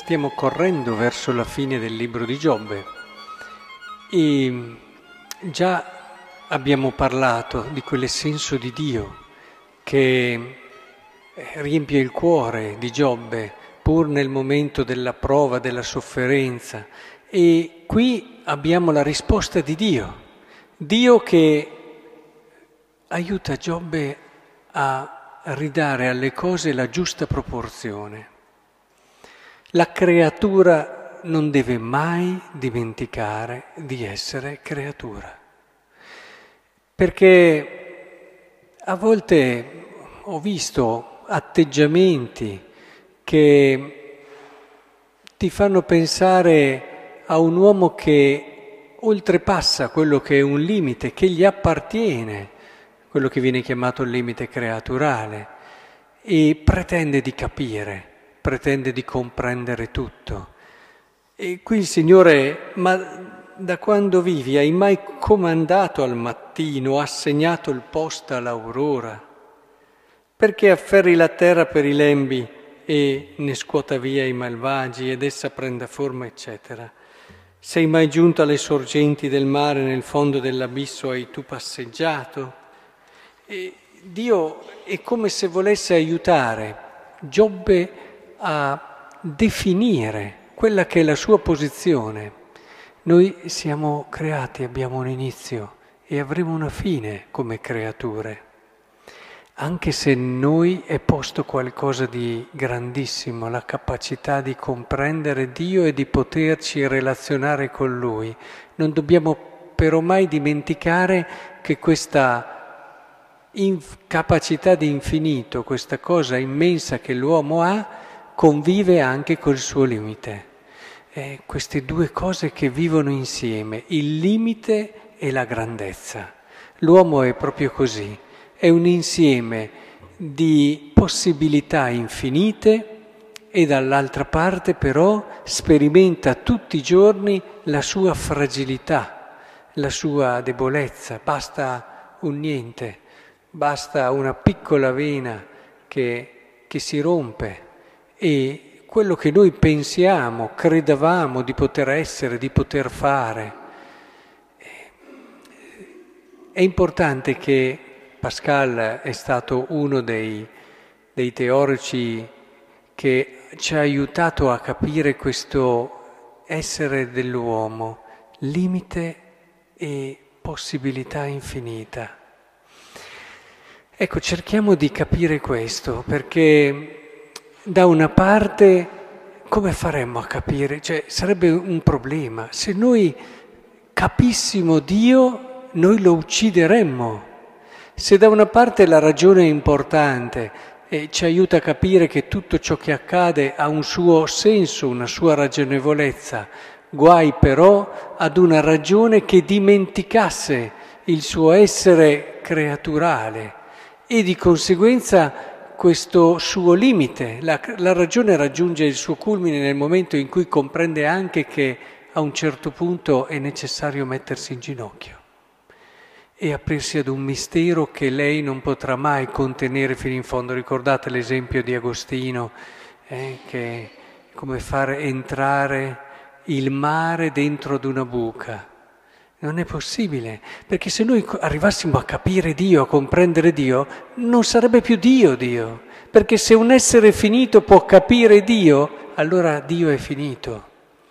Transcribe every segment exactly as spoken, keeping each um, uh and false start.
Stiamo correndo verso la fine del libro di Giobbe e già abbiamo parlato di quel senso di Dio che riempie il cuore di Giobbe pur nel momento della prova, della sofferenza. E qui abbiamo la risposta di Dio, Dio che aiuta Giobbe a ridare alle cose la giusta proporzione. La creatura non deve mai dimenticare di essere creatura, perché a volte ho visto atteggiamenti che ti fanno pensare a un uomo che oltrepassa quello che è un limite, che gli appartiene, quello che viene chiamato il limite creaturale, e pretende di capire, pretende di comprendere tutto. E qui il Signore, ma da quando vivi hai mai comandato al mattino, assegnato il posto all'aurora? Perché afferri la terra per i lembi e ne scuota via i malvagi ed essa prenda forma, eccetera? Sei mai giunto alle sorgenti del mare, nel fondo dell'abisso hai tu passeggiato? E Dio è come se volesse aiutare Giobbe a definire quella che è la sua posizione. Noi siamo creati, abbiamo un inizio e avremo una fine come creature, anche se in noi è posto qualcosa di grandissimo, la capacità di comprendere Dio e di poterci relazionare con Lui. Non dobbiamo però mai dimenticare che questa capacità di infinito, questa cosa immensa che l'uomo ha, convive anche col suo limite. Eh, queste due cose che vivono insieme, il limite e la grandezza. L'uomo è proprio così, è un insieme di possibilità infinite e dall'altra parte però sperimenta tutti i giorni la sua fragilità, la sua debolezza. Basta un niente, basta una piccola vena che, che si rompe. E quello che noi pensiamo, credevamo di poter essere, di poter fare. È importante che Pascal è stato uno dei, dei teorici che ci ha aiutato a capire questo essere dell'uomo, limite e possibilità infinita. Ecco, cerchiamo di capire questo, perché da una parte, come faremmo a capire? Cioè, sarebbe un problema. Se noi capissimo Dio, noi lo uccideremmo. Se da una parte la ragione è importante e ci aiuta a capire che tutto ciò che accade ha un suo senso, una sua ragionevolezza, guai però ad una ragione che dimenticasse il suo essere creaturale e di conseguenza questo suo limite. La, la ragione raggiunge il suo culmine nel momento in cui comprende anche che a un certo punto è necessario mettersi in ginocchio e aprirsi ad un mistero che lei non potrà mai contenere fino in fondo. Ricordate l'esempio di Agostino, eh, che è come far entrare il mare dentro ad una buca. Non è possibile, perché se noi arrivassimo a capire Dio, a comprendere Dio, non sarebbe più Dio Dio, perché se un essere finito può capire Dio, allora Dio è finito.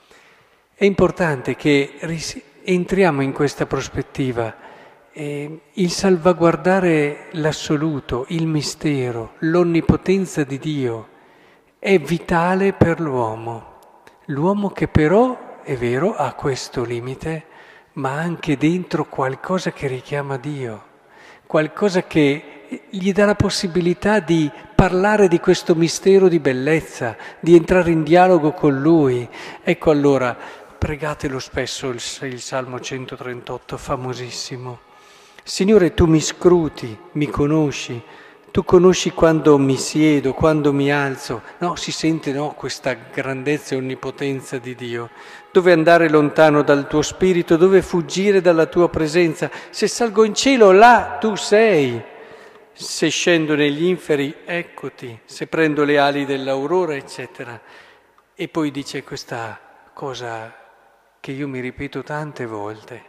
È importante che entriamo in questa prospettiva, eh, il salvaguardare l'assoluto, il mistero, l'onnipotenza di Dio è vitale per l'uomo. L'uomo che però, è vero, ha questo limite, ma anche dentro qualcosa che richiama Dio, qualcosa che gli dà la possibilità di parlare di questo mistero di bellezza, di entrare in dialogo con Lui. Ecco allora, pregatelo spesso il, il Salmo centotrentotto, famosissimo. Signore, tu mi scruti, mi conosci, tu conosci quando mi siedo, quando mi alzo. No, si sente no, questa grandezza e onnipotenza di Dio. Dove andare lontano dal tuo spirito, dove fuggire dalla tua presenza? Se salgo in cielo, là tu sei. Se scendo negli inferi, eccoti. Se prendo le ali dell'aurora, eccetera. E poi dice questa cosa che io mi ripeto tante volte: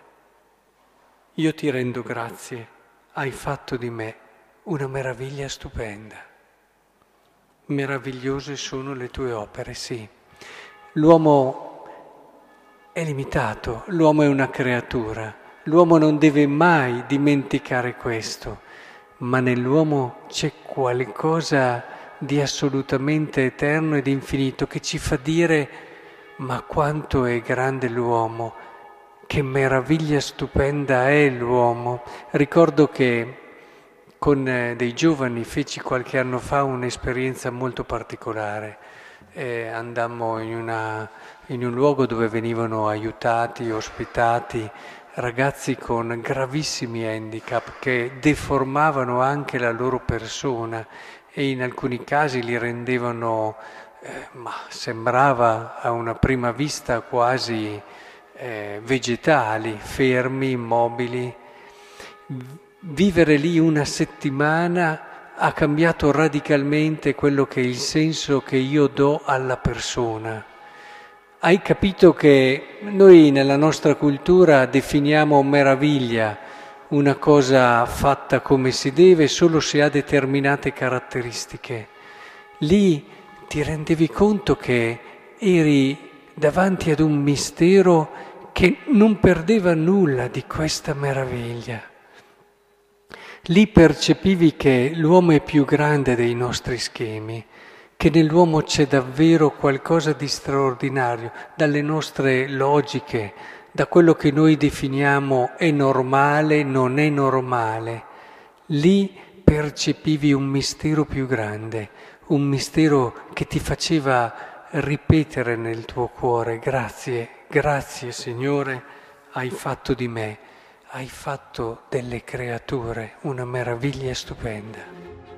io ti rendo grazie, hai fatto di me una meraviglia stupenda. Meravigliose sono le tue opere, sì. L'uomo è limitato, l'uomo è una creatura, l'uomo non deve mai dimenticare questo, ma nell'uomo c'è qualcosa di assolutamente eterno ed infinito che ci fa dire: ma quanto è grande l'uomo, che meraviglia stupenda è l'uomo. Ricordo che con eh, dei giovani feci qualche anno fa un'esperienza molto particolare. Eh, andammo in, una, in un luogo dove venivano aiutati, ospitati ragazzi con gravissimi handicap che deformavano anche la loro persona e in alcuni casi li rendevano, eh, ma sembrava a una prima vista quasi eh, vegetali, fermi, immobili. Vivere lì una settimana ha cambiato radicalmente quello che è il senso che io do alla persona. Hai capito che noi nella nostra cultura definiamo meraviglia una cosa fatta come si deve solo se ha determinate caratteristiche. Lì ti rendevi conto che eri davanti ad un mistero che non perdeva nulla di questa meraviglia. Lì percepivi che l'uomo è più grande dei nostri schemi, che nell'uomo c'è davvero qualcosa di straordinario, dalle nostre logiche, da quello che noi definiamo è normale, non è normale. Lì percepivi un mistero più grande, un mistero che ti faceva ripetere nel tuo cuore: grazie, grazie Signore, hai fatto di me, hai fatto delle creature una meraviglia stupenda.